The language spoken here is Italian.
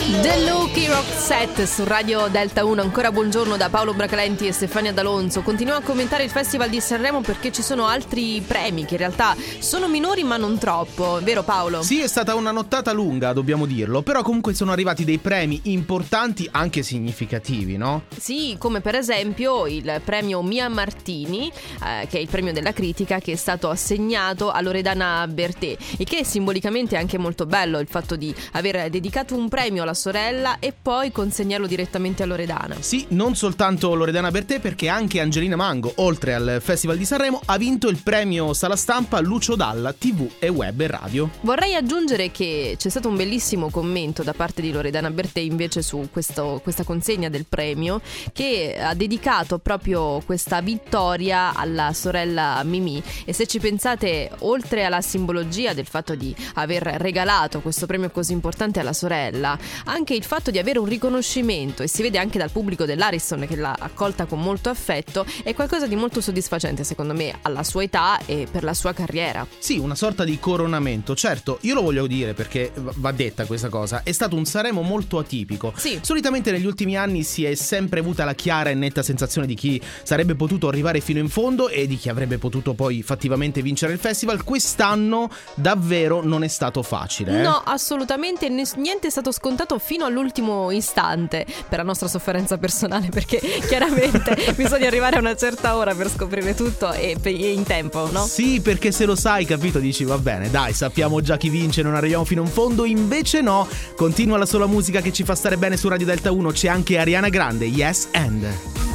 The Lucky Rock Set su Radio Delta 1. Ancora buongiorno da Paolo Bracalenti e Stefania D'Alonso. Continuiamo a commentare il Festival di Sanremo perché ci sono altri premi che in realtà sono minori ma non troppo, vero Paolo? Sì, è stata una nottata lunga, dobbiamo dirlo, però comunque sono arrivati dei premi importanti, anche significativi, no? Sì, come per esempio il premio Mia Martini, che è il premio della critica, che è stato assegnato a Loredana Bertè, e che è simbolicamente anche molto bello il fatto di aver dedicato un premio alla sorella e poi consegnarlo direttamente a Loredana. Sì, non soltanto Loredana Bertè, perché anche Angelina Mango, oltre al Festival di Sanremo, ha vinto il premio Sala Stampa Lucio Dalla, TV e Web e Radio. Vorrei aggiungere che c'è stato un bellissimo commento da parte di Loredana Bertè invece su questa consegna del premio, che ha dedicato proprio questa vittoria alla sorella Mimì. E se ci pensate, oltre alla simbologia del fatto di aver regalato questo premio così importante alla sorella, anche il fatto di avere un riconoscimento, e si vede anche dal pubblico dell'Ariston che l'ha accolta con molto affetto, è qualcosa di molto soddisfacente secondo me alla sua età e per la sua carriera. Sì, una sorta di coronamento. Certo, io lo voglio dire perché va detta questa cosa, è stato un Sanremo molto atipico. Sì. Solitamente negli ultimi anni si è sempre avuta la chiara e netta sensazione di chi sarebbe potuto arrivare fino in fondo e di chi avrebbe potuto poi fattivamente vincere il festival. Quest'anno davvero non è stato facile. No, assolutamente niente è stato scontato fino all'ultimo istante, per la nostra sofferenza personale, perché chiaramente bisogna arrivare a una certa ora per scoprire tutto e in tempo, no? Sì, perché se lo sai, capito, dici va bene, dai, sappiamo già chi vince, non arriviamo fino in fondo. Invece no, continua la sola musica che ci fa stare bene su Radio Delta 1. C'è anche Ariana Grande, Yes and.